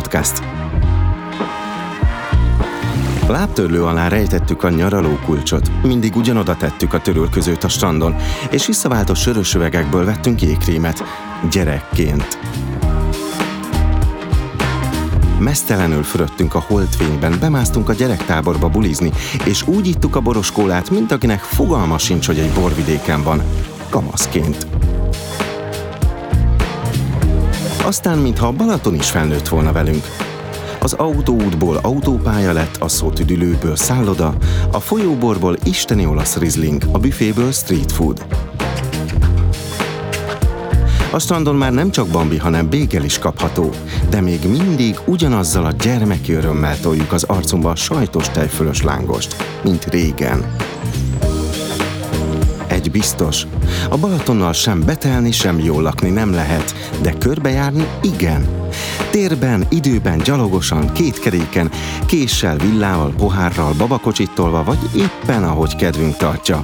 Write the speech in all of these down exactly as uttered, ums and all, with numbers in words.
Podcast. Lábtörlő alá rejtettük a nyaralókulcsot, mindig ugyanoda tettük a törülközőt a strandon, és visszaváltott sörös üvegekből vettünk jégkrémet, gyerekként. Meztelenül fürödtünk a holdfényben, bemásztunk a gyerektáborba bulizni, és úgy ittuk a boros kólát, mint akinek fogalma sincs, hogy egy borvidéken van, kamaszként. Aztán, mintha a Balaton is felnőtt volna velünk. Az autóútból autópálya lett, a szótüdülőből szálloda, a folyóborból isteni olasz rizling, a büféből street food. A strandon már nem csak bambi, hanem bégel is kapható, de még mindig ugyanazzal a gyermeki örömmel toljuk az arcunkba a sajtos tejfölös lángost, mint régen. Egy biztos, a Balatonnal sem betelni, sem jól lakni nem lehet, de körbejárni igen. Térben, időben, gyalogosan, kétkeréken, késsel, villával, pohárral, babakocsit tolva, vagy éppen ahogy kedvünk tartja.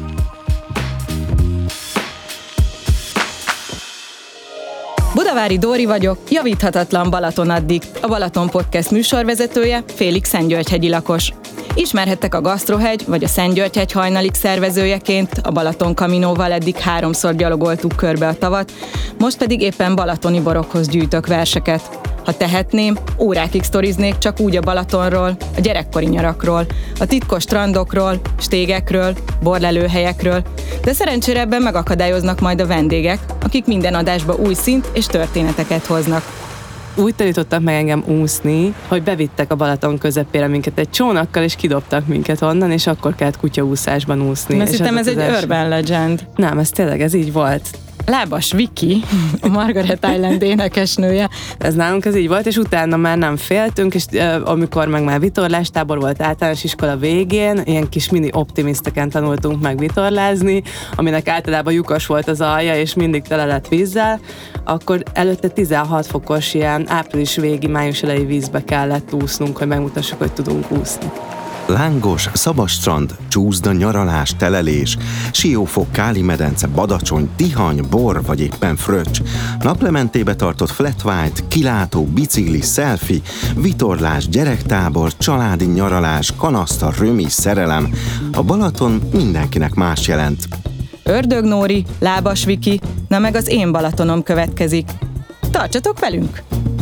Budavári Dóri vagyok, javíthatatlan Balaton addikt, a Balaton Podcast műsorvezetője, félig Szentgyörgyhegyi lakos. Ismerhettek a Gasztrohegy vagy a Szentgyörgyhegy hajnalik szervezőjeként, a Balaton Kaminóval eddig háromszor gyalogoltuk körbe a tavat, most pedig éppen balatoni borokhoz gyűjtök verseket. Ha tehetném, órákig sztoriznék csak úgy a Balatonról, a gyerekkori nyarakról, a titkos strandokról, stégekről, borlelőhelyekről, de szerencsére ebben megakadályoznak majd a vendégek, akik minden adásba új szint és történeteket hoznak. Úgy tanítottak meg engem úszni, hogy bevittek a Balaton közepére minket egy csónakkal, és kidobtak minket onnan, és akkor kellett kutyaúszásban úszni. Azt hittem, ez egy urban legend. Nem, ez tényleg, ez így volt. Lábas Viki, a Margaret Island énekesnője. Ez nálunk ez így volt, és utána már nem féltünk, és uh, amikor meg már vitorlástábor volt általános iskola végén, ilyen kis mini optimiszteken tanultunk meg vitorlázni, aminek általában lyukas volt az alja, és mindig tele lett vízzel, akkor előtte tizenhat fokos ilyen április végi, május elejé vízbe kellett úsznunk, hogy megmutassuk, hogy tudunk úszni. Lángos, szabad strand, csúszda, nyaralás, telelés, siófok, káli medence, badacsony, tihany, bor vagy éppen fröccs, naplementébe tartott flat white, kilátó, bicikli, selfie, vitorlás, gyerektábor, családi nyaralás, kanaszta, römi, szerelem. A Balaton mindenkinek más jelent. Ördög Nóri, Lábas Viki, na meg az én Balatonom következik. Tartsatok velünk!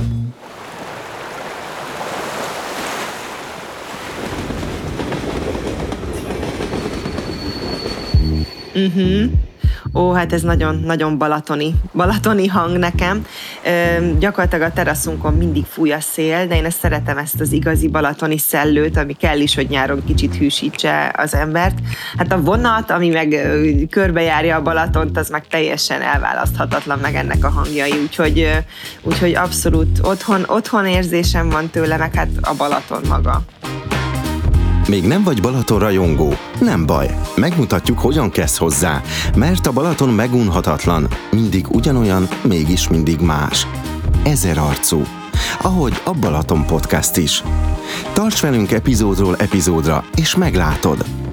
Uh-huh. Ó, hát ez nagyon-nagyon balatoni, balatoni hang nekem. Ö, gyakorlatilag a teraszunkon mindig fúj a szél, de én ezt szeretem, ezt az igazi balatoni szellőt, ami kell is, hogy nyáron kicsit hűsítse az embert. Hát a vonat, ami meg ö, körbejárja a Balatont, az meg teljesen elválaszthatatlan meg ennek a hangjai, úgyhogy, ö, úgyhogy abszolút otthon, otthon érzésem van tőle, meg hát a Balaton maga. Még nem vagy Balaton rajongó? Nem baj, megmutatjuk, hogyan kezd hozzá, mert a Balaton megunhatatlan, mindig ugyanolyan, mégis mindig más. Ezerarcú, ahogy a Balaton Podcast is. Tarts velünk epizódról epizódra, és meglátod!